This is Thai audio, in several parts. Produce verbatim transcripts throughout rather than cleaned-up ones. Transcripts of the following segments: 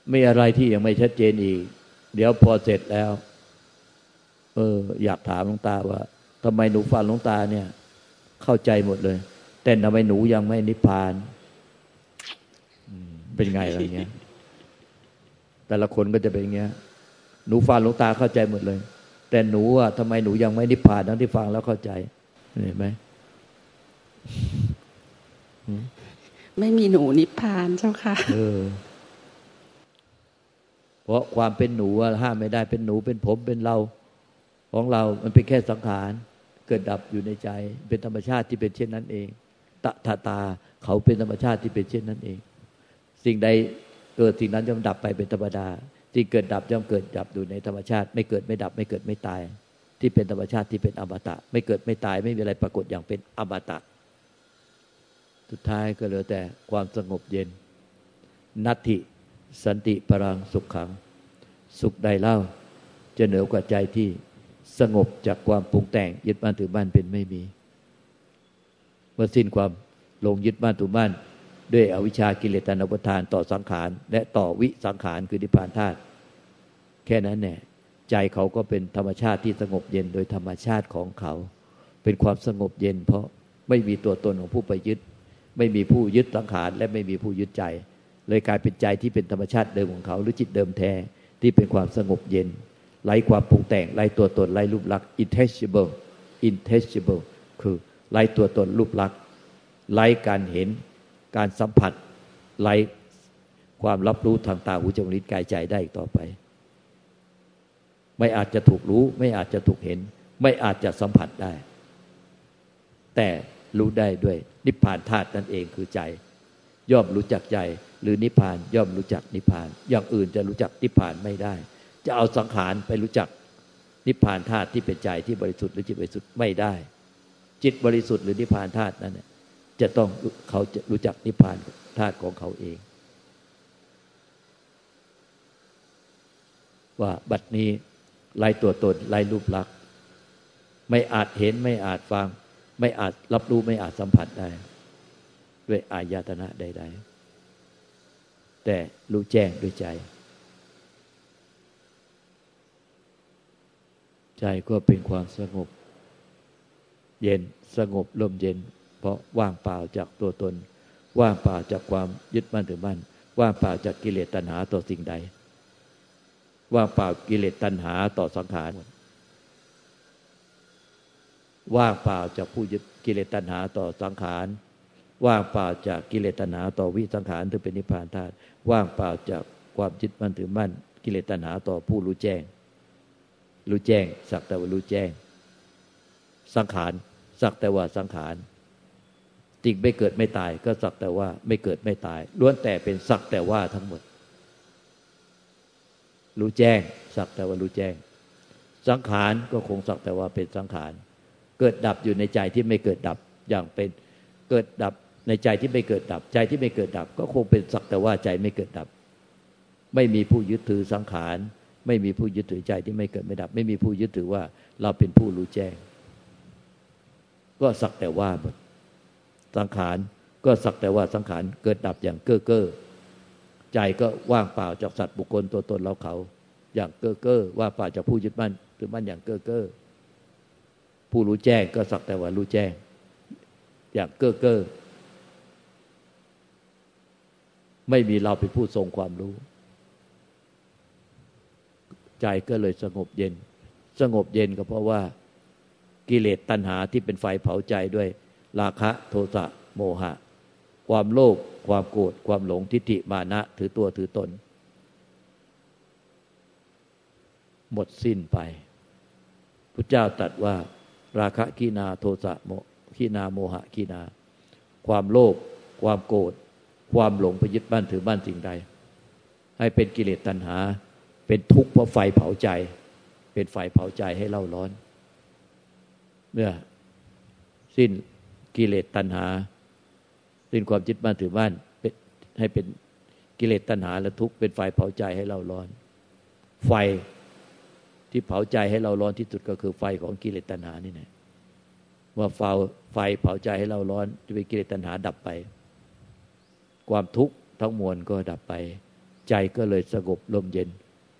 มีอะไรที่ยังไม่ชัดเจนอีกเดี๋ยวพอเสร็จแล้วเอออยากถามหลวงตาว่าทำไมหนูฟังหลวงตาเนี่ยเข้าใจหมดเลยแต่ทำไมหนูยังไม่นิพพานเป็นไงอะไรเงี้ยแต่ละคนก็จะเป็นอย่างเงี้ยหนูฟังหลวงตาเข้าใจหมดเลยแต่หนูอ่ะทำไมหนูยังไม่นิพพานทั้งที่ฟังแล้วเข้าใจเห็นไหมไม่มีหนูนิพพานเจ้าค่ะเออเพราะความเป็นหนูห้ามไม่ได้เป็นหนูเป็นผมเป็นเราของเรามันเป็นแค่สังขารเกิดดับอยู่ในใจเป็นธรรมชาติที่เป็นเช่นนั้นเองตถาตาเขาเป็นธรรมชาติที่เป็นเช่นนั้นเองสิ่งใดเกิดสิ่งนั้นย่อมดับไปเป็นธรรมดาสิ่งเกิดดับย่อมเกิดดับอยู่ในธรรมชาติไม่เกิดไม่ดับไม่เกิดไม่ตายที่เป็นธรรมชาติที่เป็นอมตะไม่เกิดไม่ตายไม่มีอะไรปรากฏอย่างเป็นอมตะสุดท้ายก็เหลือแต่ความสงบเย็นนัตถิสันติปรังสุขขังสุขใดเล่าจะเหนือกว่าใจที่สงบจากความปรุงแต่งยึดมั่นถือมั่นเป็นไม่มีเมื่อสิ้นความลงยึดมั่นถือมั่นด้วยอวิชชากิเลสตัณหาอุปาทานต่อสังขารและต่อวิสังขารคือนิพพานธาตุแค่นั้นแหละใจเขาก็เป็นธรรมชาติที่สงบเย็นโดยธรรมชาติของเขาเป็นความสงบเย็นเพราะไม่มีตัวตนของผู้ไปยึดไม่มีผู้ยึดสังขารและไม่มีผู้ยึดใจเลยกลายเป็นใจที่เป็นธรรมชาติเดิมของเขาหรือจิตเดิมแท้ที่เป็นความสงบเย็นไร้ความปรุงแต่งไร้ตัวตนไร้รูปลักษณ์ intangible intangible คือไร้ตัวตนรูปลักษณ์ไร้การเห็นการสัมผัสไร้ความรับรู้ทางตาหูจมูกลิ้นกายใจได้อีกต่อไปไม่อาจจะถูกรู้ไม่อาจจะถูกเห็นไม่อาจจะสัมผัสได้แต่รู้ได้ด้วยนิพพานธาตุนั่นเองคือใจย่อมรู้จักใจหรือนิพพานย่อมรู้จักนิพพานอย่างอื่นจะรู้จักนิพพานไม่ได้จะเอาสังขารไปรู้จักนิพพานธาตุที่เป็นใจที่บริสุทธิ์หรือจิตบริสุทธิ์ไม่ได้จิตบริสุทธิ์หรือนิพพานธาตุนั้นจะต้องเขาจะรู้จักนิพพานธาตุของเขาเองว่าบัดนี้ไร้ตัวตนไร้รูปลักษณ์ไม่อาจเห็นไม่อาจฟังไม่อาจรับรู้ไม่อาจสัมผัสได้ด้วยอายตนะใดๆแต่รู้แจ้งด้วยใจใจก็เป็นความสงบเย็นสงบลมเย็นเพราะว่างเปล่าจากตัวตนว่างเปล่าจากความยึดมั่นถือมั่นว่างเปล่าจากกิเลสตัณหาต่อสิ่งใดว่างเปล่ากิเลสตัณหาต่อสังขารว่างเปล่าจากผู้ยึดกิเลสตัณหาต่อสังขารว่างเปล่าจากกิเลสตัณหาต่อวิสังขารที่เป็นนิพพานธาตุว่างเปล่าจากความยึดมั่นถือมั่นกิเลสตัณหาต่อผู้รู้แจ้งรู้แจ้งสักแต่ว่ารู้แจ้งสังขารสักแต่ว่าสังขารจริงไม่เกิดไม่ตายก็สักแต่ว่าไม่เกิดไม่ตายล้วนแต่เป็นสักแต่ว่าทั้งหมดรู้แจ้งสักแต่ว่ารู้แจ้งสังขารก็คงสักแต่ว่าเป็นสังขารเกิดดับอยู่ในใจที่ไม่เกิดดับอย่างเป็นเกิดดับในใจที่ไม่เกิดดับใจที่ไม่เกิดดับก็คงเป็นสักแต่ว่าใจไม่เกิดดับไม่มีผู้ยึดถือสังขารไม่มีผู้ยึดถือใจที่ไม่เกิดไม่ดับไม่มีผู้ยึดถือว่าเราเป็นผู้รู้แจ้งก็สักแต่ว่าหมดสังขารก็สักแต่ว่าสังขารเกิดดับอย่างเก้อเก้อใจก็ว่างเปล่าจากสัตว์บุคคลตัวตนเราเขาอย่างเก้อเก้อว่างเปล่าจากผู้ยึดมั่นถือมั่นอย่างเก้อเก้อผู้รู้แจ้งก็สักแต่ว่ารู้แจ้งอย่างเก้อเก้อไม่มีเราเป็นผู้ทรงความรู้ใจก็เลยสงบเย็นสงบเย็นก็เพราะว่ากิเลสตัณหาที่เป็นไฟเผาใจด้วยราคะโทสะโมหะความโลภความโกรธความหลงทิฏฐิมานะถือตัวถือตนหมดสิ้นไปพุทธเจ้าตรัสว่าราคะขีนาโทสะโมขีนาโมหะขีนาความโลภความโกรธความหลงไปยึดมั่นถือมั่นสิ่งใดให้เป็นกิเลสตัณหาเป็นทุกข์เพราะไฟเผาใจเป็นไฟเผาใจให้เล่าร้อนเมื่อสิ้นกิเลสตัณหาสิ้นความยึดมั่นถือมั่นให้เป็นกิเลสตัณหาและทุกข์เป็นไฟเผาใจให้เล่าร้อนไฟที่เผาใจให้เราร้อนที่สุดก็คือไฟของกิเลสตัณหานี่แหละว่าไฟไฟเผาใจให้เราร้อนจะเป็นกิเลสตัณหาดับไปความทุกข์ทั้งมวลก็ดับไปใจก็เลยสงบลมเย็น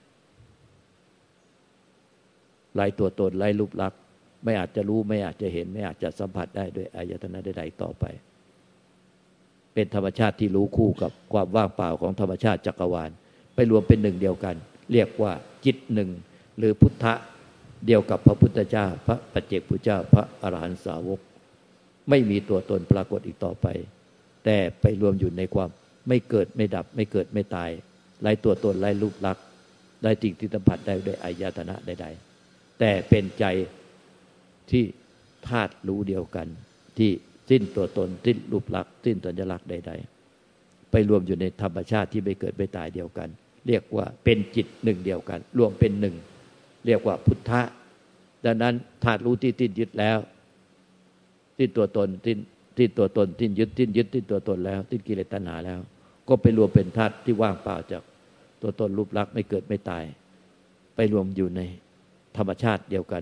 ไร้ตัวตนไร้รูปลักษณ์ไม่อาจจะรู้ไม่อาจจะเห็นไม่อาจจะสัมผัสได้ด้วยอายตนะใดๆต่อไปเป็นธรรมชาติที่รู้คู่กับความว่างเปล่าของธรรมชาติจักรวาลไปรวมเป็นหนึ่งเดียวกันเรียกว่าจิตหนึ่งหรือพุทธะเดียวกับพระพุทธเจ้าพระปัจเจกพุทธเจ้าพระอรหันตสาวกไม่มีตัวตนปรากฏอีกต่อไปแต่ไปรวมอยู่ในความไม่เกิดไม่ดับไม่เกิดไม่ตายไร้ตัวตนไร้รูปลักษณ์ไร้สิ่งที่สัมผัสได้ด้วยอายตนะใดๆแต่เป็นใจที่ธาตุรู้เดียวกันที่สิ้นตัวตนสิ้นรูปลักษณ์สิ้นสัญลักษณ์ใดๆไปรวมอยู่ในธรรมชาติที่ไม่เกิดไม่ตายเดียวกันเรียกว่าเป็นจิตหนึ่งเดียวกันรวมเป็นหนึ่งเรียกว่าพุทธะดังนั้นธาตุรู้ที่สิ้นยึดแล้วสิ้นตัวตนสิ้นสิ้นตัวตนสิ้นยึดสิ้นยึดสิ้นตัวตนแล้วสิ้นกิเลสตัณหาแล้วก็ไปรวมเป็นธาตุที่ว่างเปล่าจากตัวตนรูปลักษณ์ไม่เกิดไม่ตายไปรวมอยู่ในธรรมชาติเดียวกัน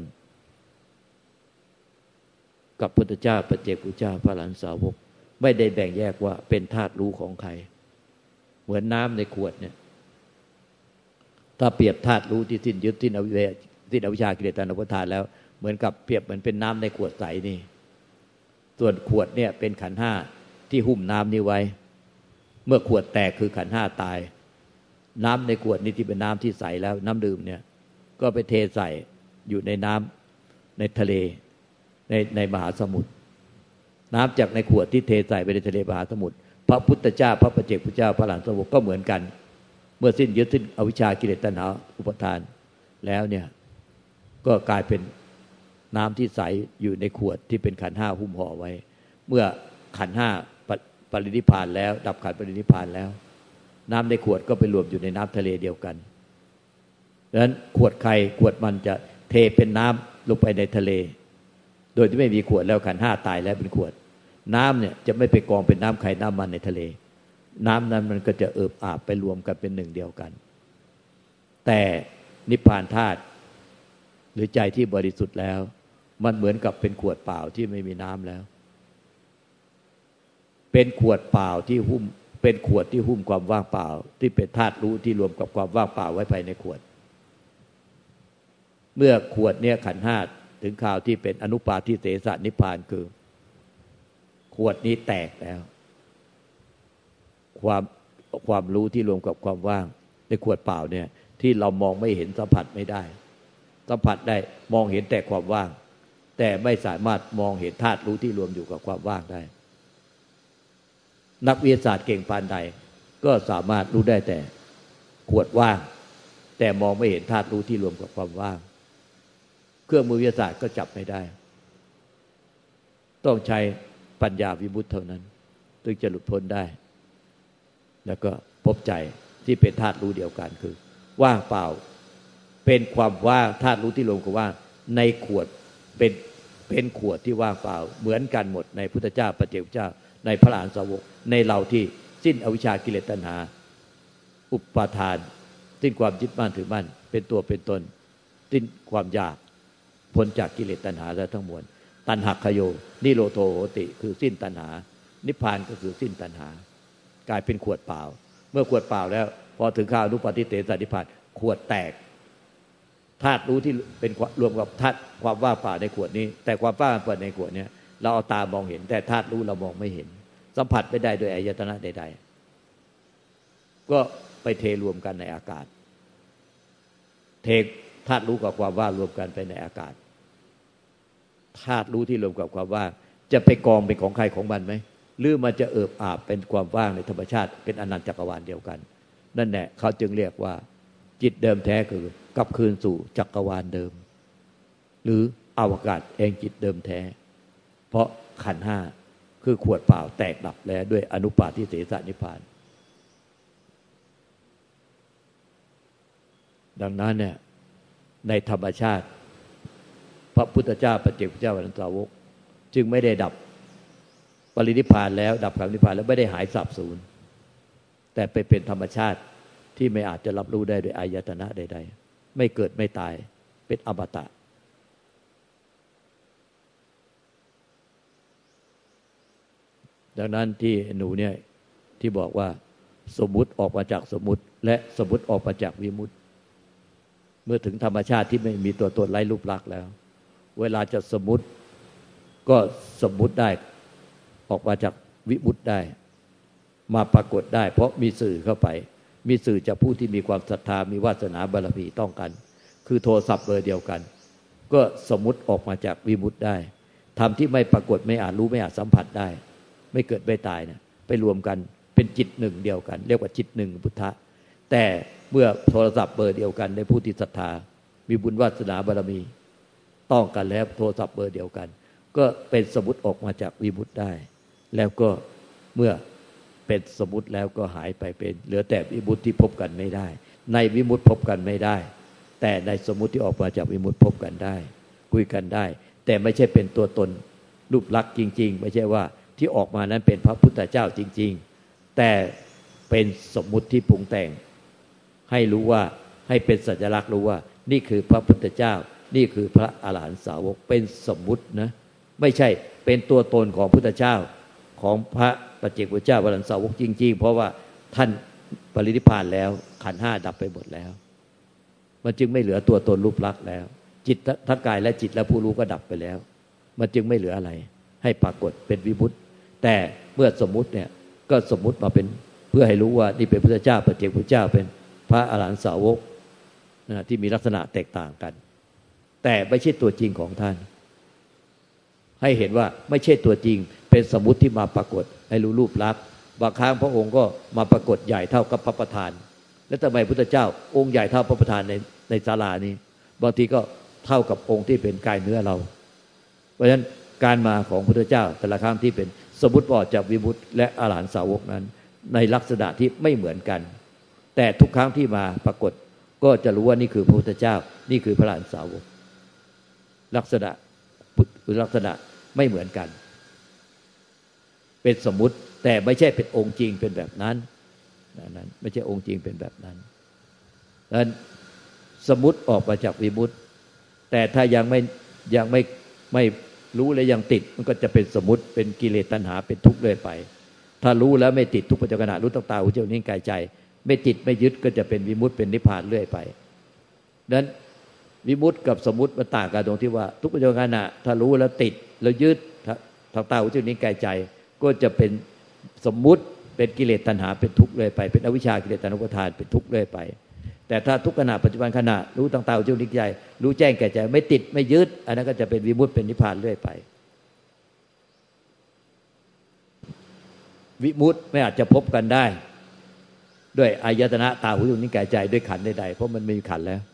กับพุทธเจ้าปัจเจกพุทธเจ้าพระอรหันตสาวกไม่ได้แบ่งแยกว่าเป็นธาตุรู้ของใครเหมือนน้ำในขวดเนี่ยถ้าเปรียบธาตุรู้ที่สิ้นยึดสิ้นอวิชชาสิ้นอวิชชากิเลสตัณหาอุปาทานแล้วเหมือนกับเปรียบเหมือนเป็นน้ำในขวดใสนี่ส่วนขวดเนี่ยเป็นขันธ์ห้าที่หุ้มน้ำนี้ไว้เมื่อขวดแตกคือขันธ์ห้าตายน้ำในขวดนี้ที่เป็นน้ำที่ใสแล้วน้ำดื่มเนี่ยก็ไปเทใส่อยู่ในน้ำในทะเลในในมหาสมุทรน้ำจากในขวดที่เทใส่ไปในทะเลมหาสมุทรพระพุทธเจ้าพระปัจเจกพุทธเจ้าพระอรหันตสาวกก็เหมือนกันเมื่อสิ้นยึดสิ้นอวิชชากิเลสตัณหาอุปาทานแล้วเนี่ยก็กลายเป็นน้ำที่ใสอยู่ในขวดที่เป็นขันธ์ห้าหุ้มห่อไว้เมื่อขันธ์ห้าปรินิพพานแล้วดับขันธ์ปรินิพพานแล้วน้ำในขวดก็ไปรวมอยู่ในน้ำทะเลเดียวกันดังนั้นขวดใครขวดมันจะเทเป็นน้ำลงไปในทะเลโดยที่ไม่มีขวดแล้วขันธ์ห้าตายแล้วเป็นขวดน้ำเนี่ยจะไม่ไปกองเป็นน้ำใครน้ำมันในทะเลน้ำนั้นมันก็จะเอิบอาบไปรวมกันเป็นหนึ่งเดียวกันแต่นิพพานธาตุหรือใจที่บริสุทธิ์แล้วมันเหมือนกับเป็นขวดเปล่าที่ไม่มีน้ำแล้วเป็นขวดเปล่าที่หุ้มเป็นขวดที่หุ้มความว่างเปล่าที่เป็นธาตุรู้ที่รวมกับความว่างเปล่าไว้ภายในขวดเมื่อขวดเนี่ยขันธ์ห้าถึงข่าวที่เป็นอนุปาทิเสสนิพพานคือขวดนี้แตกแล้วความความรู้ที่รวมกับความว่างในขวดเปล่าเนี่ยที่เรามองไม่เห็นสัมผัสไม่ได้สัมผัสได้มองเห็นแต่ความว่างแต่ไม่สามารถมองเห็นธาตุรู้ที่รวมอยู่กับความว่างได้นักวิทยาศาสตร์เก่งปานใดก็สามารถรู้ได้แต่ขวดว่างแต่มองไม่เห็นธาตุรู้ที่รวมกับความว่างเครื่องมือวิทยาศาสตร์ก็จับไม่ได้ต้องใช้ปัญญาวิมุตติเท่านั้นถึงจะหลุดพ้นได้แล้วก็พบใจที่เป็นธาตุรู้เดียวกันคือว่างเปล่าเป็นความว่างธาตุรู้ที่รวมกับว่างในขวดเป็นเป็นขวดที่ว่างเปล่าเหมือนกันหมดในพุทธเจ้าปัจเจกพุทธเจ้าในพระอรหันตสาวกในเราที่สิ้นอวิชชากิเลสตัณหาอุปาทานสิ้นความยึดมั่นถือมั่นเป็นตัวเป็นตนสิ้นความอยากพ้นจากกิเลสตัณหาแล้วทั้งมวลตัณหคโยนิโรโธโหติคือสิ้นตัณหานิพพานก็คือสิ้นตัณหากลายเป็นขวดเปล่าเมื่อขวดเปล่าแล้วพอถึงข้าวอนุปาทิเสสนิพพานขวดแตกธาตุรู้ที่เป็นรวมกับธาตุความว่างเปล่าในขวดนี้แต่ความว่างเปล่าในขวดนี้เราเอาตามองเห็นแต่ธาตุรู้เรามองไม่เห็นสัมผัสไม่ได้โดยอายตนะใดๆก็ไปเทรวมกันในอากาศเทธาตุรู้กับความว่างรวมกันไปในอากาศธาตุรู้ที่รวมกับความว่างจะไปกองเป็นของใครของมันไหมหรือมันจะเอิบอาบเป็นความว่างในธรรมชาติเป็นอนันตจักรวาลเดียวกันนั่นแหละเขาจึงเรียกว่าจิตเดิมแท้คือกลับคืนสู่จักรวาลเดิมหรืออวกาศแห่งจิตเดิมแท้เพราะขันธ์ห้าคือขวดเปล่าแตกดับแล้วด้วยอนุปาทิเสสนิพพานดังนั้นเนี่ยในธรรมชาติพระพุทธเจ้าปัจเจกพุทธเจ้าอรหันตสาวกจึงไม่ได้ดับปรินิพพานแล้วดับขันธ์นิพพานแล้วไม่ได้หายสับสูญแต่ไปเป็นธรรมชาติที่ไม่อาจจะรับรู้ได้โดยอายตนะใดๆไม่เกิดไม่ตายเป็นอมตะดังนั้นที่หนูเนี่ยที่บอกว่าสมมุติออกมาจากสมมุติและสมมุติออกมาจากวิมุตติเมื่อถึงธรรมชาติที่ไม่มีตัวตนไร้รูปลักษณ์แล้วเวลาจะสมมุติก็สมมุติได้ออกมาจากวิมุตติได้มาปรากฏได้เพราะมีสื่อเข้าไปมีสื่อจากผู้ที่มีความศรัทธามีวาสนาบารมีต้องกันคือโทรศัพท์เบอร์เดียวกันก็สมมุติออกมาจากวิมุตติได้ธรรมที่ไม่ปรากฏไม่อาจรู้ไม่อาจสัมผัสได้ไม่เกิดไม่ตายนะไปรวมกันเป็นจิตหนึ่งเดียวกันเรียกว่าจิตหนึ่งพุทธะแต่เมื่อโทรศัพท์เบอร์เดียวกันในผู้ที่ศรัทธามีบุญวาสนาบารมีต้องกันแล้วโทรศัพท์เบอร์เดียวกันก็เป็นสมมุติออกมาจากวิมุตติได้แล้วก็เมื่อเป็นสมมุติแล้วก็หายไปเป็นเหลือแต่วิมุตติที่พบกันไม่ได้ในวิมุตติพบกันไม่ได้แต่ในสมมุติที่ออกมาจากวิมุตติพบกันได้คุยกันได้แต่ไม่ใช่เป็นตัวตนรูปลักษณ์จริงๆไม่ใช่ว่าที่ออกมานั้นเป็นพระพุทธเจ้าจริงๆแต่เป็นสมมุติที่ปรุงแต่งให้รู้ว่าให้เป็นสัญลักษณ์รู้ว่านี่คือพระพุทธเจ้านี่คือพระอรหันตสาวกเป็นสมมุตินะไม่ใช่เป็นตัวตนของพุทธเจ้าของพระปัจเจกพุทธเจ้าอรหันตสาวกจริงๆเพราะว่าท่านปรินิพพานแล้วขันธ์ห้าดับไปหมดแล้วมันจึงไม่เหลือตัวตนรูปลักษณ์แล้วจิตทั้งกายและจิตและผู้รู้ก็ดับไปแล้วมันจึงไม่เหลืออะไรให้ปรากฏเป็นวิมุตติแต่เมื่อสมมุติเนี่ยก็สมมุติมาเป็นเพื่อให้รู้ว่านี่เป็นพุทธเจ้าปัจเจกพุทธเจ้าเป็นพระอรหันตสาวกนะที่มีลักษณะแตกต่างกันแต่ไม่ใช่ตัวจริงของท่านให้เห็นว่าไม่ใช่ตัวจริงเป็นสมมุติที่มาปรากฏให้รู้รูปลักษณ์บางครั้งพระองค์ก็มาปรากฏใหญ่เท่ากับพระประธานแล้วทำไมพุทธเจ้าองค์ใหญ่เท่าพระประธานในในศาลานี้บางทีก็เท่ากับองค์ที่เป็นกายเนื้อเราเพราะฉะนั้นการมาของพุทธเจ้าแต่ละครั้งที่เป็นสมมุติว่าจากวิมุตติและอรหันตสาวกนั้นในลักษณะที่ไม่เหมือนกันแต่ทุกครั้งที่มาปรากฏก็จะรู้ว่านี่คือพระพุทธเจ้านี่คือพระอรหันตสาวกลักษณะหรือลักษณะไม่เหมือนกันเป็นสมมุติแต่ไม่ใช่เป็นองค์จริงเป็นแบบนั้นนั้นไม่ใช่องค์จริงเป็นแบบนั้นดังนั้นสมมุติออกมาจากวิมุตติแต่ถ้ายังไม่ยังไม่ไม่รู้และยังติดมันก็จะเป็นสมมุติเป็นกิเลสตัณหาเป็นทุกข์เรื่อยไปถ้ารู้แล้วไม่ติดทุกปัจจุบันรู้ตั้งตาหูจมูกนิ้วกายใจไม่ติดไม่ยึดก็จะเป็นวิมุตติเป็นนิพพานเรื่อยไปดังนั้นวิมุตติกับสมมุติมันต่างกันตรงที่ว่าทุกปัจจุบันถ้ารู้แล้วติดแล้วยึดทางตาหูจมูกนิ้วกายใจก็จะเป็นสมมุติเป็นกิเลสตัณหาเป็นทุกข์เรื่อยไปเป็นอวิชชากิเลสตัณหาอุปาทานเป็นทุกข์เรื่อยไปแต่ถ้าทุกขณะปัจจุบันขณะรู้ตั้งตาหูจมูกนิ้วกายใจรู้แจ้งแก่ใจไม่ติดไม่ยึดอันนั้นก็จะเป็นวิมุตติเป็นนิพพานเรื่อยไปวิมุตติไม่อาจจะพบกันได้ด้วยอายตนะตาหูจมูกนิ้วกายใจด้วยขันธ์ใดๆเพราะมันมีขันธ์แล้ว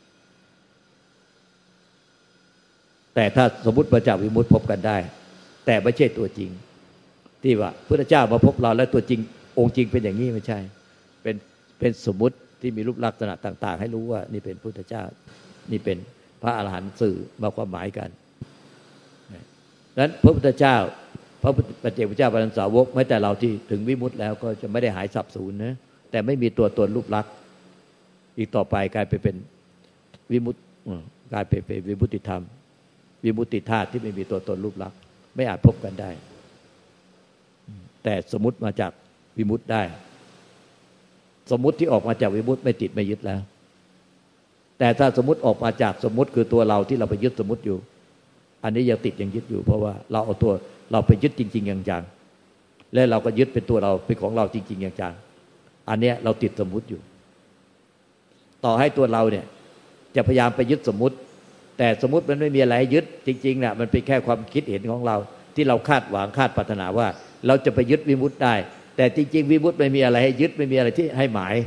แต่ถ้าสมมุติมาจากวิมุตติพบกันได้แต่ไม่ใช่ตัวจริงที่ว่าพระเจ้ามาพบเราแล้วตัวจริงองค์จริงเป็นอย่างนี้ไม่ใช่เป็นเป็นสมมุติที่มีรูปลักษณะต่างๆให้รู้ว่านี่เป็นพุทธเจ้านี่เป็นพระอรหันต์สื่อมาความหมายกันนั้นพระพุทธเจ้าพระปัจเจกพุทธเจ้าพระอรหันตสาวกแม้แต่เราที่ถึงวิมุตติแล้วก็จะไม่ได้หายสับสูญนะแต่ไม่มีตัวตนรูปลักษณ์อีกต่อไปกลายไปเป็นวิมุตติกลายไปเป็นวิมุตติธรรมวิมุตติธาตุที่ไม่มีตัวตนรูปลักษณ์ไม่อาจพบกันได้แต่สมมุติมาจากวิมุตติได้สมมุติที่ออกมาจากวิมุตติไม่ติดไม่ยึดแล้วแต่ถ้าสมมุติออกมาจากสมมุติคือตัวเราที่เราไปยึดสมมุติอยู่อันนี้ยังติดยังยึดอยู่เพราะว่าเราเอาตัวเราไปยึดจริงๆอย่างจังและเราก็ยึดเป็นตัวเราเป็นของเราจริงๆอย่างจังอันเนี้ยเราติดสมมุติอยู่ต่อให้ตัวเราเนี่ยจะพยายามไปยึดสมมุติแต่สมมุติมันไม่มีอะไรให้ยึดจริงๆเนี่ยมันเป็นแค่ความคิดเห็นของเราที่เราคาดหวังคาดปรารถนาว่าเราจะไปยึดวิมุตติได้แต่จริงๆวิมุตติไม่มีอะไรให้ยึดไม่มีอะไรที่ให้หมาย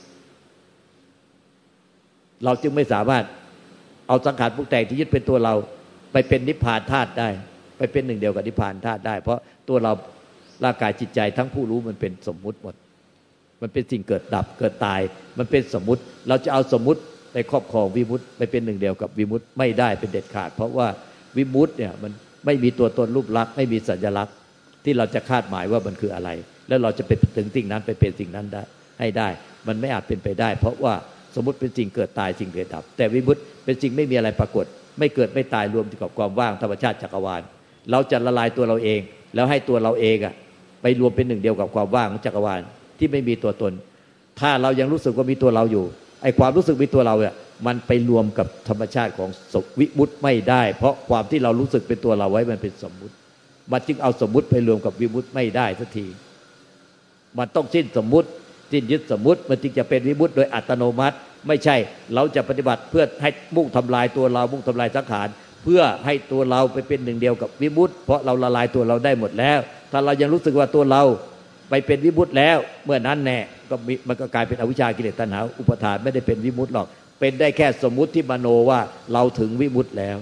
เราจึงไม่สามารถเอาสังขารปรุงแต่งที่ยึดเป็นตัวเราไปเป็นนิพพานธาตุได้ไปเป็นหนึ่งเดียวกับนิพพานธาตุได้เพราะตัวเราร่างกายจิตใจทั้งผู้รู้มันเป็นสมมุติหมดมันเป็นสิ่งเกิดดับเกิดตายมันเป็นสมมุติเราจะเอาสมมุติไปครอบครองวิมุตติไปเป็นหนึ่งเดียวกับวิมุตติไม่ได้เป็นเด็ดขาดเพราะว่าวิมุตติเนี่ยมันไม่มีตัวตนรูปลักษณ์ไม่มีสัญลักษณ์ที่เราจะคาดหมายว่ามันคืออะไรแล้วเราจะไปถึงสิ่งนั้นไปเป็นสิ่งนั้นได้ให้ได้มันไม่อาจเป็นไปได้เพราะว่าสมมุติเป็นสิ่งเกิดตายสิ่งเกิดดับแต่วิมุตติเป็นสิ่งไม่มีอะไรปรากฏไม่เกิดไม่ตายรวมกับความว่างธรรมชาติจักรวาลเราจะละลายตัวเราเองแล้วให้ตัวเราเองอะไปรวมเป็นหนึ่งเดียวกับความว่างของจักรวาลที่ไม่มีตัวตนถ้าเรายังรู้สึกว่ามีตัวเราอยู่ไอ้ความรู้สึกมีตัวเราเนี่ยมันไปรวมกับธรรมชาติของวิมุตติไม่ได้เพราะความที่เรารู้สึกเป็นตัวเราไว้มันเป็นสมมุติมันจึงเอาสมมุติไปรวมกับวิมุตติไม่ได้สักทีมันต้องสิ้นสมมุติสิ้นยึดสมมุติมันจึงจะเป็นวิมุตติโดยอัตโนมัติไม่ใช่เราจะปฏิบัติเพื่อให้มุ่งทำลายตัวเรามุ่งทำลายสังขารเพื่อให้ตัวเราไปเป็นหนึ่งเดียวกับวิมุตติเพราะเราละลายตัวเราได้หมดแล้วถ้าเรายังรู้สึกว่าตัวเราไปเป็นวิมุตติแล้วเมื่อนั้นแน่ก็มันก็กลายเป็นอวิชชากิเลสตัณหาอุปาทานไม่ได้เป็นวิมุตติหรอกเป็นได้แค่สมมุติที่มโนว่าเราถึงวิมุตติแล้ว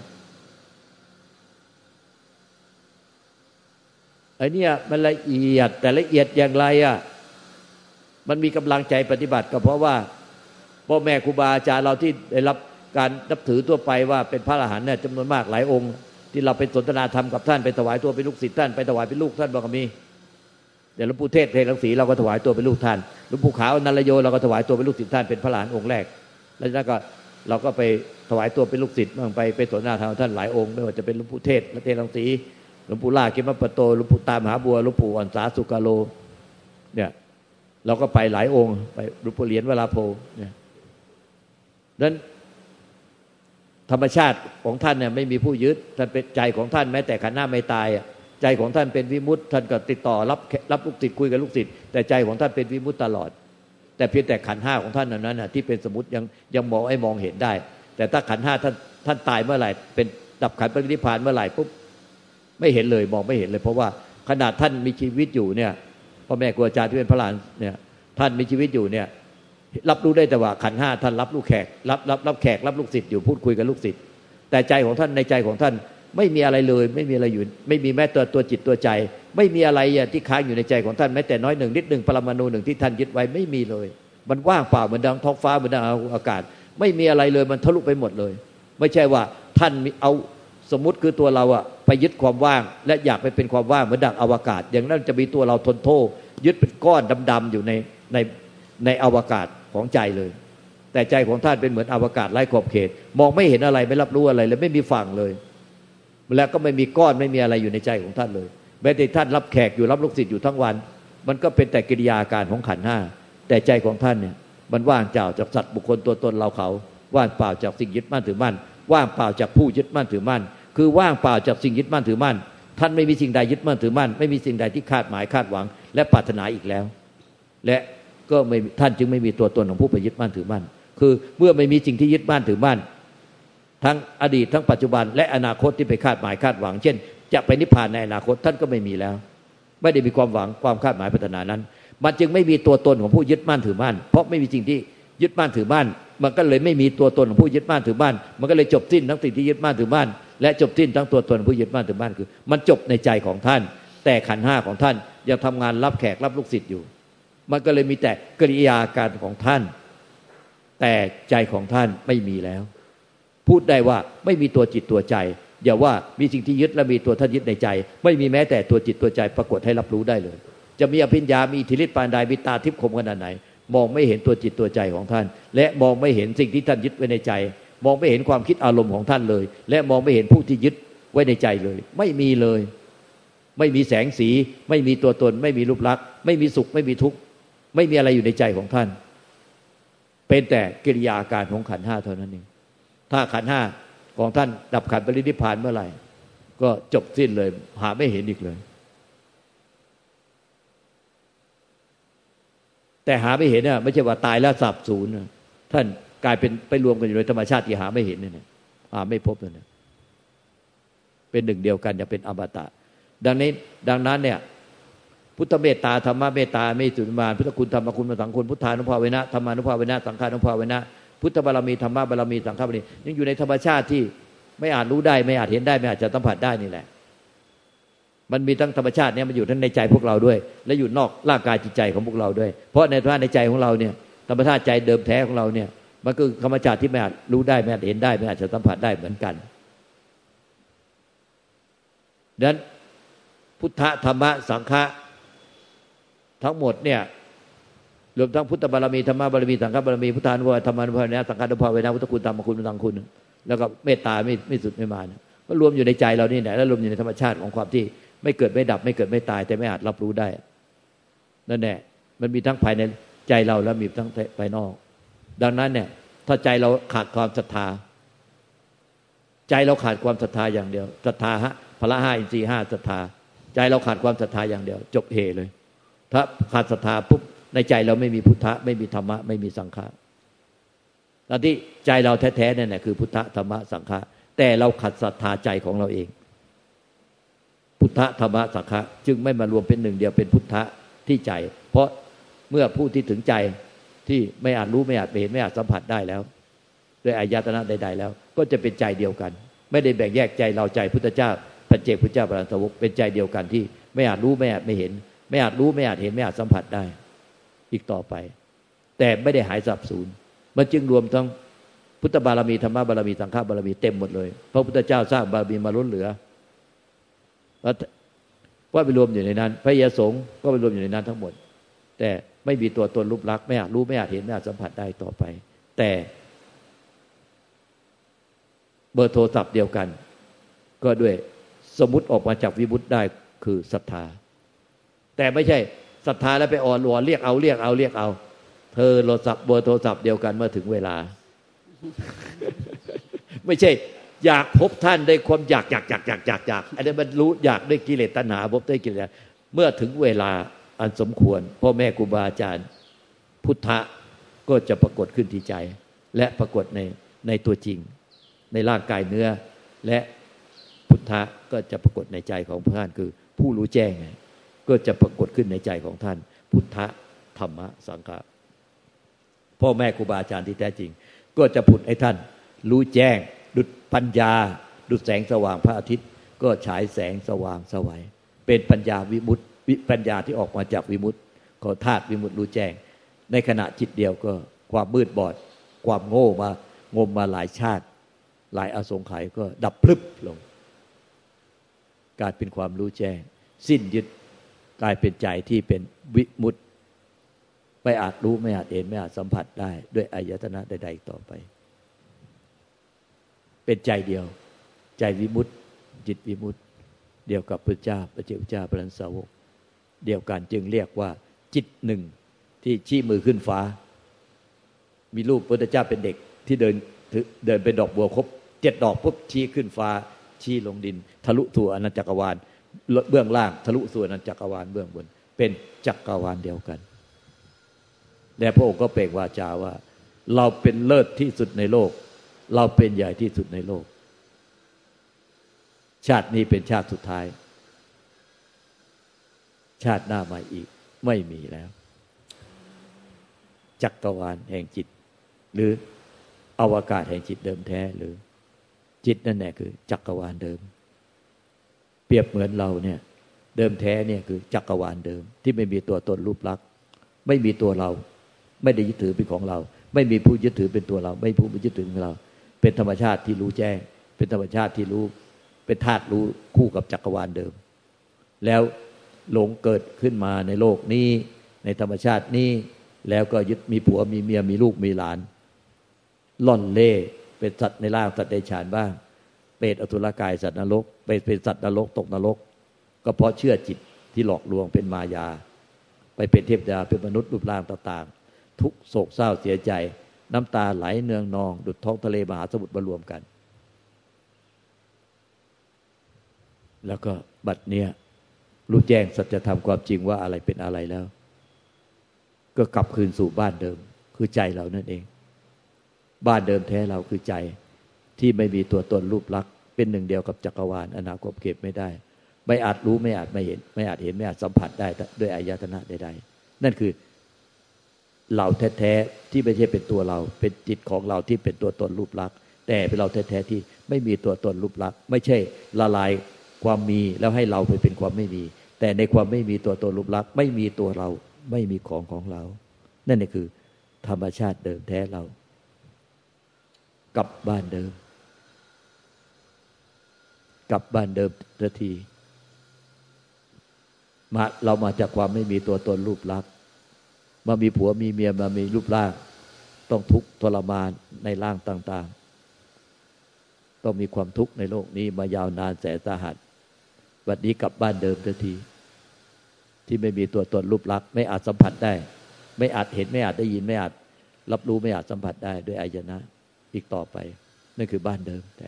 ไอ้นี่มันละเอียดแต่ละเอียดอย่างไรอ่ะมันมีกำลังใจปฏิบัติก็เพราะว่าพ่อแม่ครูบาอาจารย์เราที่ได้รับการนับถือทั่วไปว่าเป็นพระอรหันต์เนี่ยจำนวนมากหลายองค์ที่เราไปสนทนาธรรมกับท่านไปถวายตัวเป็นลูกศิษย์ท่านไปถวายเป็นลูกท่านบอกมีเดี๋ยวหลวงปู่เทศเทศรังสีเราก็ถวายตัวเป็นลูกท่านหลวงปู่ขาวนันลโยเราก็ถวายตัวเป็นลูกศิษย์ท่านเป็นพระอรหันต์องค์แรกแล้วจากนั้นก็เราก็ไปถวายตัวเป็นลูกศิษย์บ้างไปไปสนทนาธรรมท่านหลายองค์ไม่ว่าจะเป็นหลวงปู่เทศเทศรังสีหลวงปู่ล่าเกมปโตหลวงปู่ตามหาบัวหลวงปู่อ่อนสาสุกาโลเนี่ยเราก็ไปหลายองค์ไปหลวงปู่เหรียญวราโพเนี่ยนั้นธรรมชาติของท่านเนี่ยไม่มีผู้ยึดท่านเป็นใจของท่านแม้แต่ขันธ์หน้าไม่ตายอ่ะใจของท่านเป็นวิมุตติท่านก็ติดต่อรับรับลูกศิษย์คุยกับลูกศิษย์แต่ใจของท่านเป็นวิมุตติตลอดแต่เพียงแต่ขันธ์ห้าของท่านนั้นน่ะที่เป็นสมมุติยังยังมองไอ้มองเห็นได้แต่ถ้าขันธ์ห้าท่านท่านตายเมื่อไหร่เป็นดับขันธ์ปรินิพพานเมื่อไหร่ปุ๊บไม่เห็นเลยมองไม่เห็นเลยเพราะว่าขนาดท่านมีชีวิตอยู่เนี่ยพ่อแม่ครูอาจารย์ที่เป็นพระหลานเนี่ยท่านมีชีวิตอยู่เนี่ยรับรู้ได้แต่ว่าขันธ์ห้าท่านรับลูกแขกรับรับรับแขกรับลูกศิษย์อยู่พูดคุยกับลูกศิษย์แต่ใจของท่านในใจของท่านไม่มีอะไรเลยไม่มีอะไรอยู่ไม่มีแม้ตัวตัวจิตตัวใจไม่มีอะไรที่ค้างอยู่ในใจของท่านแม้แต่น้อยหนึ่งนิดหนึ่งปรมาณูหนึ่งที่ท่านยึดไว้ไม่มีเลยมันว่างเปล่าเหมือนดังท้องฟ้าเหมือนดังอากาศไม่มีอะไรเลยมันทะลุไปหมดเลยไม่ใช่ว่าท่านเอาสมมุติคือตัวเราอะไปยึดความว่างและอยากไปเป็นความว่างเหมือนดังอวกาศอย่างนั้นจะมีตัวเราทนโทษยึดเป็นก้อนดำๆอยู่ในในในอวกาศของใจเลยแต่ใจของท่านเป็นเหมือนอวกาศไร้ขอบเขตมองไม่เห็นอะไรไม่รับรู้อะไรเลยไม่มีฝั่งเลยแล้วก็ไม่มีก้อนไม่มีอะไรอยู่ในใจของท่านเลยแม้แต่ท่านรับแขกอยู่รับลูกศิษย์อยู่ทั้งวันมันก็เป็นแต่กิริยาการของขันธ์ห้าแต่ใจของท่านเนี่ยมันว่างเปล่าจากสัตว์บุคคลตัวตนเราเขาว่างเปล่าจากสิ่งยึดมั่นถือมั่นว่างเปล่าจากผู้ยึดมั่นถือมั่นคือว่างเปล่าจากสิ่งยึดมั่นถือมั่นท่านไม่มีสิ่งใดยึดมั่นถือมั่นไม่มีสิ่งใดที่คาดหมายคาดหวังและปรารถนาอีกแล้วและก็ไม่ท่านจึงไม่มีตัวตนของผู้ไปยึดมั่นถือมั่นคือเมื่อไม่มีสิ่งที่ยึดมั่นถือมั่นทั้งอดีตทั้งปัจจุบันและอนาคตที่ไปคาดหมายคาดหวังเช่นจะไปนิพพานในอนาคตท่านก็ไม่มีแล้วไม่ได้มีความหวังความคาดหมายปรารถนานั้นมันจึงไม่มีตัวตนของผู้ยึดมั่นถือมั่นเพราะไม่มีสิ่งที่ยึดมั่นถือมั่นมันก็เลยไม่มีตัวตนของผู้ยึดมั่นถือมั่นมันก็เลยจบสิ้นทั้งสิ่งที่ยึดมั่นถือมั่นและจบสิ้นทั้งตัวตนของผู้ยึดมั่นถือมั่นคือมันจบในใจของท่านแต่ขันธ์ห้าของท่านยังทำงานรับแขกรับลูกศิษย์อยู่มันก็เลยมีแต่กิริยาการของท่านแต่ใจของท่านไม่มีแล้วพูดได้ว่าไม่มีตัวจิตตัวใจอย่าว่ามีสิ่งที่ยึดและมีตัวท่านยึดในใจไม่มีแม้แต่ตัวจิตตัวใจปรากฏให้รับรู้ได้เลยจะมีอภิญญามีอิทธิฤทธิ์ปานใดมีตาทิพย์คมขนาดไหนมองไม่เห็นตัวจิตตัวใจของท่านและมองไม่เห็นสิ่งที่ท่านยึดไว้ในใจมองไม่เห็นความคิดอารมณ์ของท่านเลยและมองไม่เห็นผู้ที่ยึดไว้ในใจเลยไม่มีเลยไม่มีแสงสีไม่มีตัวตนไม่มีรูปลักษณ์ไม่มีสุขไม่มีทุกข์ไม่มีอะไรอยู่ในใจของท่านเป็นแต่กิริยาการของขันธ์ห้าเท่านั้นเองถ้าขันธ์ห้าของท่านดับขันธ์ปรินิพพานเมื่อไหร่ก็จบสิ้นเลยหาไม่เห็นอีกเลยแต่หาไม่เห็นน่ะไม่ใช่ว่าตายแล้วสับสูญท่านกลายเป็นไปรวมกันอยู่ในธรรมชาติที่หาไม่เห็นเนี่ยหาไม่พบเลยเนี่ยเป็นหนึ่งเดียวกันจะเป็นอมตะดังนี้ดังนั้นเนี่ยพุทธเมตตาธรรมเมตตาไม่สุดมานพุทธคุณธรรมคุณสังคุณพุทธานุภาเวนะธรรมานุภาเวนะสังฆานุภาเวนะพุทธบารมีธรรมะบารมีสังฆบารมียังอยู่ในธรรมชาติที่ไม่อาจรู้ได้ไม่อาจเห็นได้ไม่อาจจะสัมผัสได้นี่แหละมันมีทั้งธรรมชาติเนี่ยมันอยู่ทั้งในใจพวกเราด้วยและอยู่นอกร่างกายจิตใจของพวกเราด้วยเพราะในธรรมชาติในใจของเราเนี่ยธรรมชาติใจเดิมแท้ของเราเนี่ยมันคือธรรมชาติที่ไม่อาจรู้ได้ไม่อาจเห็นได้ไม่อาจจะสัมผัสได้เหมือนกันดังนั้นพุทธธรรมะสังฆะทั้งหมดเนี่ยรวมทั้งพุทธบารมีธรรมะบารมีสังฆบารมีพุทธานุภาเวนะธรรมานุภาเวนะสังฆานุภาเวนะพุทธคุณธรรมคุณสังคุณแล้วก็เมตตาไม่ไม่สุดไม่มานะก็รวมอยู่ในใจเรานี่แหละแล้วรวมอยู่ในธรรมชาติของความที่ไม่เกิดไม่ดับไม่เกิดไม่ตายแต่ไม่อาจรับรู้ได้นั่นแหละมันมีทั้งภายในใจเราแล้วมีทั้งภายนอกดังนั้นเนี่ยถ้าใจเราขาดความศรัทธาใจเราขาดความศรัทธาอย่างเดียวศรัทธาฮะพละห้าอินทรีย์ห้าศรัทธาใจเราขาดความศรัทธาอย่างเดียวจบเฮเลยถ้าขาดศรัทธาปุ๊บในใจเราไม่มีพุทธะไม่มีธรรมะไม่มีสังฆะตอนที่ใจเราแท้ๆนั่นแหละคือพุทธะธรรมะสังฆะแต่เราขัดศรัทธาใจของเราเองพุทธะธรรมะสังฆะจึงไม่มารวมเป็นหนึ่งเดียวเป็นพุทธะที่ใจเพราะเมื่อผู้ที่ถึงใจที่ไม่อาจรู้ไม่อาจเห็นไม่อาจสัมผัสได้แล้วด้วยอายตนะใดๆแล้วก็จะเป็นใจเดียวกันไม่ได้แบ่งแยกใจเราใจพุทธเจ้าปัจเจกพุทธเจ้าพระอรหันตสาวกเป็นใจเดียวกันที่ไม่อาจรู้ไม่อาจไม่เห็นไม่อาจรู้ไม่อาจเห็นไม่อาจสัมผัสได้อีกต่อไปแต่ไม่ได้หายสับสูญมันจึงรวมทั้งพุทธบารมีธรรมบารมีสังฆบารมีเต็มหมดเลยพระพุทธเจ้าสร้างบารมีมาล้นเหลือว่าไปรวมอยู่ในนั้นพระยาสงฆ์ก็ไปรวมอยู่ในนั้นทั้งหมดแต่ไม่มีตัวตนรูปลักษณ์ไม่อาจรู้ไม่อาจเห็นไม่อาจสัมผัสได้ต่อไปแต่เบอร์โทรศัพท์เดียวกันก็ด้วยสมมุติออกมาจากวิมุตติได้คือศรัทธาแต่ไม่ใช่ศรัทธาแล้วไปอ่อนวอนเรียกเอาเรียกเอาเรียกเอาเธอโทรศัพท์เบอร์โทรศัพท์เดียวกันเมื่อถึงเวลา ไม่ใช่อยากพบท่านได้ความอยากอยากอยากอยากอยากอยากอันนี้มันรู้อยากด้วยกิเลสตัณหาพบได้กิเลสเมื่อถึงเวลาอันสมควรพ่อแม่ครูบาอาจารย์พุทธะก็จะปรากฏขึ้นที่ใจและปรากฏในในตัวจริงในร่างกายเนื้อและพุทธะก็จะปรากฏในใจของท่านคือผู้รู้แจ้งก็จะปรากฏขึ้นในใจของท่านพุทธะธรรมะสังฆะพ่อแม่ครูบาอาจารย์ที่แท้จริงก็จะผุดให้ท่านรู้แจ้งดุจปัญญาดุจแสงสว่างพระอาทิตย์ก็ฉายแสงสว่างสวัยเป็นปัญญาวิมุตติวิปัญญาที่ออกมาจากวิมุตติก็ธาตุวิมุตติรู้แจ้งในขณะจิตเดียวก็ความมืดบอดความโง่มางมมาหลายชาติหลายอสงไขยก็ดับพลึบลงกลายเป็นความรู้แจ้งสิ้นยึดกลายเป็นใจที่เป็นวิมุตติไม่อาจรู้ไม่อาจเห็นไม่อาจสัมผัสได้ด้วยอายตนะใดๆต่อไปเป็นใจเดียวใจวิมุตติจิตวิมุตติเดียวกับพระเจ้าพระเจ้าพระเจ้าพระอรหันตสาวกเดียวกันจึงเรียกว่าจิตหนึ่งที่ชี้มือขึ้นฟ้ามีรูปพระเจ้าเป็นเด็กที่เดินเดินเป็นดอกบัวครบเจ็ดดอกปุ๊บชี้ขึ้นฟ้าชี้ลงดินทะลุสู่อนันตจักรวาลเบื้องล่างทะลุสู่อนันตจักรวาลเบื้องบนเป็นจักรวาลเดียวกันและพระองค์ก็เปล่งวาจาว่าเราเป็นเลิศที่สุดในโลกเราเป็นใหญ่ที่สุดในโลกชาตินี้เป็นชาติสุดท้ายชาติหน้ามาอีกไม่มีแล้วจักรวาลแห่งจิตหรืออวกาศแห่งจิตเดิมแท้หรือจิตนั่นแหละคือจักรวาลเดิมเปรียบเหมือนเราเนี่ยเดิมแท้เนี่ยคือจักรวาลเดิมที่ไม่มีตัวตนรูปลักษณ์ไม่มีตัวเราไม่ได้ยึดถือเป็นของเราไม่มีผู้ยึดถือเป็นตัวเราไม่มีผู้ยึดถือเป็นเราเป็นธรรมชาติที่รู้แจ้งเป็นธรรมชาติที่รู้เป็นธาตุรู้คู่กับจักรวาลเดิมแล้วหลงเกิดขึ้นมาในโลกนี้ในธรรมชาตินี้แล้วก็ยึดมีผัวมีเมียมีลูกมีหลานล่อนเล่เป็นสัตว์ในร่างสัตว์เดรัจฉานบ้างเปรตอสุรกายสัตว์นรกไปเป็นสัตว์นรกตกนรกก็เพราะเชื่อจิตที่หลอกลวงเป็นมายาไปเป็นเทพดาเป็นมนุษย์รูปร่างต่างๆทุกโศกเศร้าเสียใจน้ำตาไหลเนืองนองดุจท้องทะเลมหาสมุทรมารวมกันแล้วก็บัดเนี้ยรู้แจ้งสัจธรรมความจริงว่าอะไรเป็นอะไรแล้วก็กลับคืนสู่บ้านเดิมคือใจเรานั่นเองบ้านเดิมแท้เราคือใจที่ไม่มีตัวตนรูปลักษณ์เป็นหนึ่งเดียวกับจักรวาลอนาคตเก็บไม่ได้ไม่อาจรู้ไม่อาจไม่เห็นไม่อาจเห็นไม่อาจสัมผัสได้ด้วยอายตนะใดๆนั่นคือเราแท้ๆที่ไม่ใช่เป็นตัวเราเป็นจิตของเราที่เป็นตัวตนรูปลักษณ์แต่เป็นเราแท้ๆที่ไม่มีตัวตนรูปลักษณ์ไม่ใช่ละลายความมีแล้วให้เราไปเป็นความไม่มีแต่ในความไม่มีตัวตนรูปลักษณ์ไม่มีตัวเราไม่มีของของเรานั่นนี่คือธรรมชาติเดิมแท้เรากลับบ้านเดิมกลับบ้านเดิมทันทีมาเรามาจากความไม่มีตัวตนรูปลักษณ์มามีผัวมีเมียมามีรูปร่างต้องทุกข์ทรมานในร่างต่างๆต้องมีความทุกข์ในโลกนี้มายาวนานแสนสาหัสวันนี้กลับบ้านเดิมทันทีที่ไม่มีตัวตนรูปลักษณ์ไม่อาจสัมผัสได้ไม่อาจเห็นไม่อาจได้ยินไม่อาจรับรู้ไม่อาจสัมผัสได้ด้วยอายตนะอีกต่อไปนั่นคือบ้านเดิมแต่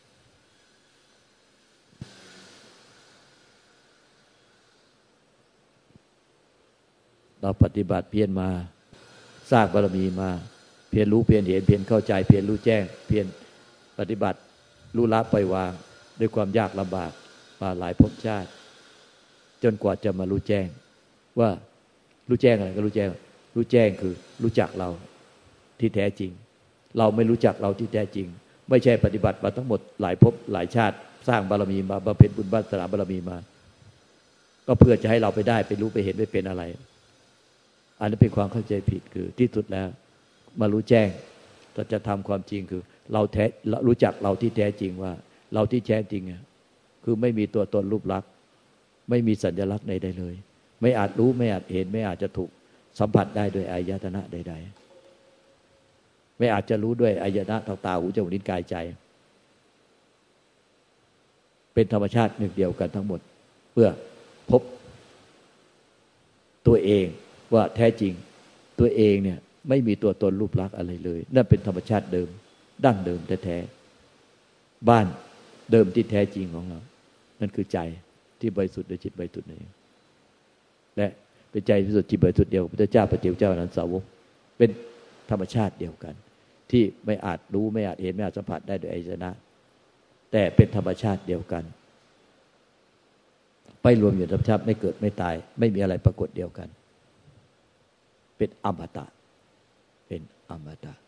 เราปฏิบัติเพียรมาสร้างบารมีมาเพียรรู้เพียรเห็นเพียรเข้าใจเพียรรู้แจ้งเพียรปฏิบัติรู้ละปล่อยวางด้วยความยากลำบากมาหลายภพชาติจนกว่าจะมารู้แจ้งว่ารู้แจ้งอะไรก็รู้แจ้งรู้แจ้งคือรู้จักเราที่แท้จริงเราไม่รู้จักเราที่แท้จริงไม่ใช่ปฏิบัติมาทั้งหมดหลายภพหลายชาติสร้างบารมีมาบำเพ็ญบุญบารมีบารมีมาก็เพื่อจะให้เราไปได้ไปรู้ไปเห็นไปเป็นอะไรอันนี้เป็นความเข้าใจผิดคือที่สุดแล้วมารู้แจ้งแต่จะทำความจริงคือเราแท้รู้จักเราที่แท้จริงว่าเราที่แท้จริงอ่ะคือไม่มีตัวตนรูปลักษณ์ไม่มีสัญลักษณ์ใดๆเลยไม่อาจรู้ไม่อาจเห็นไม่อาจจะถูกสัมผัสได้โดยอายตนะใดๆไม่อาจจะรู้ด้วยอายตนะทางตาหูจมูกลิ้นกายใจเป็นธรรมชาติหนึ่งเดียวกันทั้งหมดเพื่อพบตัวเองว่าแท้จริงตัวเองเนี่ยไม่มีตัวตนรูปลักษณ์อะไรเลยนั่นเป็นธรรมชาติเดิมดั้งเดิมแท้ๆบ้านเดิมที่แท้จริงของเรานั่นคือใจที่บริสุทธิ์โดยจิตบริสุทธิ์นี่และเป็นใจบริสุทธิ์จิตบริสุทธิ์เดียวกับพระเจ้าปฏิเจ้านั้นสาวกเป็นธรรมชาติเดียวกันที่ไม่อาจรู้ไม่อาจเห็นไม่อาจสัมผัสได้โดยอายตนะแต่เป็นธรรมชาติเดียวกันไปรวมอยู่ในธรรมชาติไม่เกิดไม่ตายไม่มีอะไรปรากฏเดียวกันเป็นอมตะเป็นอมตะ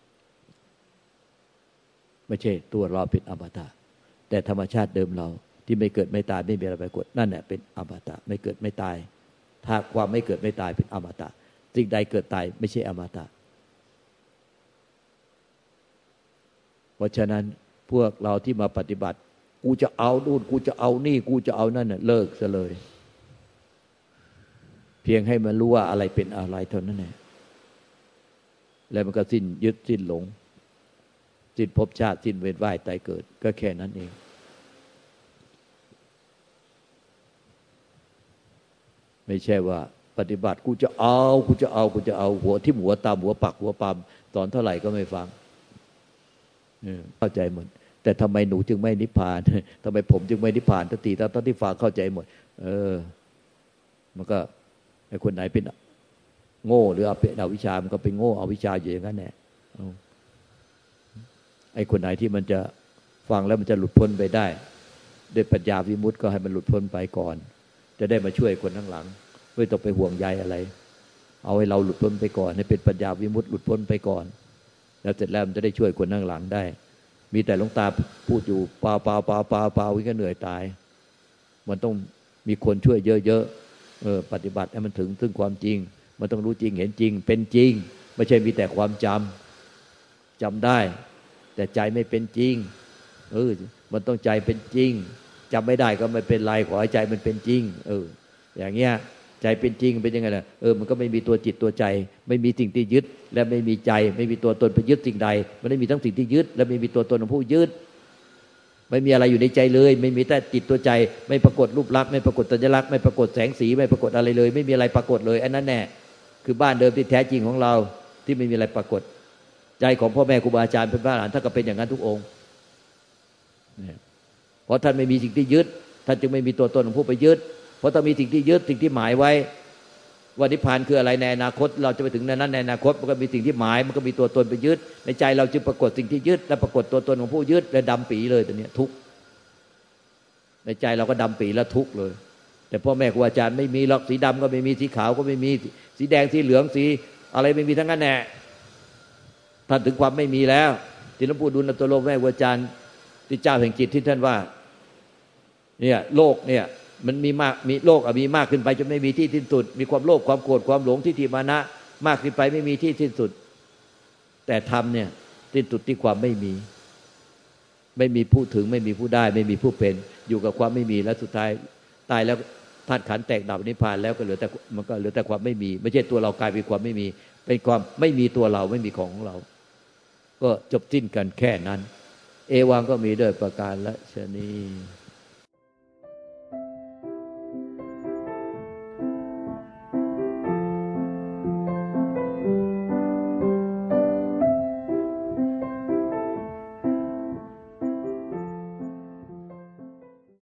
ไม่ใช่ตัวเราเป็นอมตะแต่ธรรมชาติเดิมเราที่ไม่เกิดไม่ตายไม่มีอะไรปรากฏนั่นแหละเป็นอมตะไม่เกิดไม่ตายถ้าความไม่เกิดไม่ตายเป็นอมตะสิ่งใดเกิดตายไม่ใช่อมตะเพราะฉะนั้นพวกเราที่มาปฏิบัติกูจะเอานู่นกูจะเอานี่กูจะเอานั่นน่ะเลิกซะเลยเพียงให้มันรู้ว่าอะไรเป็นอะไรเท่านั้นแหละแล้วมันก็สิ้นยึดสิ้นหลงสิ้นภพชาติสิ้นเวียนว่ายตายเกิดก็แค่นั้นเองไม่ใช่ว่าปฏิบัติกูจะเอากูจะเอากูจะเอาหัวทิ่มหัวตามหัวปักหัวปามสอนเท่าไหร่ก็ไม่ฟังเข้าใจหมดแต่ทำไมหนูจึงไม่นิพพานทำไมผมจึงไม่นิพพานทันทีตอนที่ฟังเข้าใจหมดเออมันก็ไอ้คนไหนเป็นโง่หรือเอาเป็นอวิชชามันก็เป็นโง่อวิชชาอยู่อย่างนั้นแหละไอ้คนไหนที่มันจะฟังแล้วมันจะหลุดพ้นไปได้ด้วยปัญญาวิมุตติก็ให้มันหลุดพ้นไปก่อนจะได้มาช่วยคนข้างหลังไม่ต้องไปห่วงใยอะไรเอาให้เราหลุดพ้นไปก่อนให้เป็นปัญญาวิมุตติหลุดพ้นไปก่อนแล้วเสร็จแล้วมันจะได้ช่วยคนข้างหลังได้มีแต่หลวงตาพูดอยู่เปล่าเปล่าเปล่าเปล่าเปล่าวิ่งก็เหนื่อยตายมันต้องมีคนช่วยเยอะๆเออปฏิบัติให้มันถึงซึ่งความจริงมันต้องรู้จริงเห็นจริงเป็นจริงไม่ใช่มีแต่ความจำจำได้แต่ใจไม่เป็นจริงเออมันต้องใจเป็นจริงจำไม่ได้ก็ไม่เป็นไรขอให้ใจมันเป็นจริงเอออย่างเงี้ยใจเป็นจริงเป็นยังไงล่ะเออมันก็ไม่มีตัวจิตตัวใจไม่มีสิ่งที่ยึดและไม่มีใจไม่มีตัวตนไปยึดสิ่งใดมันไม่มีทั้งสิ่งที่ยึดและไม่มีตัวตนของผู้ยึดไม่มีอะไรอยู่ในใจเลยไม่มีแต่จิตตัวใจไม่ปรากฏรูปลักษณ์ไม่ปรากฏสัญลักษณ์ไม่ปรากฏแสงสีไม่ปรากฏอะไรเลยไม่มีอะไรปรากฏเลยอันนั้นแน่คือบ้านเดิมที่แท้จริงของเราที่ไม่มีอะไรปรากฏใจของพ่อแม่ครูบาอาจารย์เป็นพระอรหันต์ท่านก็เป็นอย่างนั้นทุกองค์เพราะท่านไม่มีสิ่งที่ยึดท่านจึงไม่มีตัวตนของผู้ไปยึดเพราะถ้ามีสิ่งที่ยึดสิ่งที่หมายไว้ว่านิพพานคืออะไรในอนาคตเราจะไปถึงนั้นในอนาคตมันก็มีสิ่งที่หมายมันก็มีตัวตนไปยึดในใจเราจึงปรากฏสิ่งที่ยึดและปรากฏตัวตนของผู้ยึดและดำปีเลยตัวเนี้ยทุกข์ในใจเราก็ดำปีแล้วทุกข์เลยแต่พ่อแม่ครูอาจารย์ไม่มีหรอกสีดำก็ไม่มีสีขาวก็ไม่มีสีแดงสีเหลืองสีอะไรไม่มีทั้งนั้นแน่ท่านถึงความไม่มีแล้วที่หลวงปู่ดูลย์ตัวโลกแม่ครูอาจารย์ที่เจ้าแห่งจิตที่ท่านว่าเนี่ยโลกเนี่ยมันมีมากมีโลกมีมากขึ้นไปจนไม่มีที่สิ้นสุดมีความโลภความโกรธความหลงทิฏฐิมานะมากขึ้นไปไม่มีที่สิ้นสุดแต่ธรรมเนี่ยสิ้นสุดที่ความไม่มีไม่มีผู้ถึงไม่มีผู้ได้ไม่มีผู้เป็นอยู่กับความไม่มีแล้วสุดท้ายตายแล้วธาตุขันธ์แตกดับนิพพานแล้วก็เหลือแต่มันก็เหลือแต่ความไม่มีไม่ใช่ตัวเรากลายเป็นความไม่มีเป็นความไม่มีตัวเราไม่มีของของเราก็จบสิ้นกันแค่นั้นเอวังก็มีด้วยประการละชนี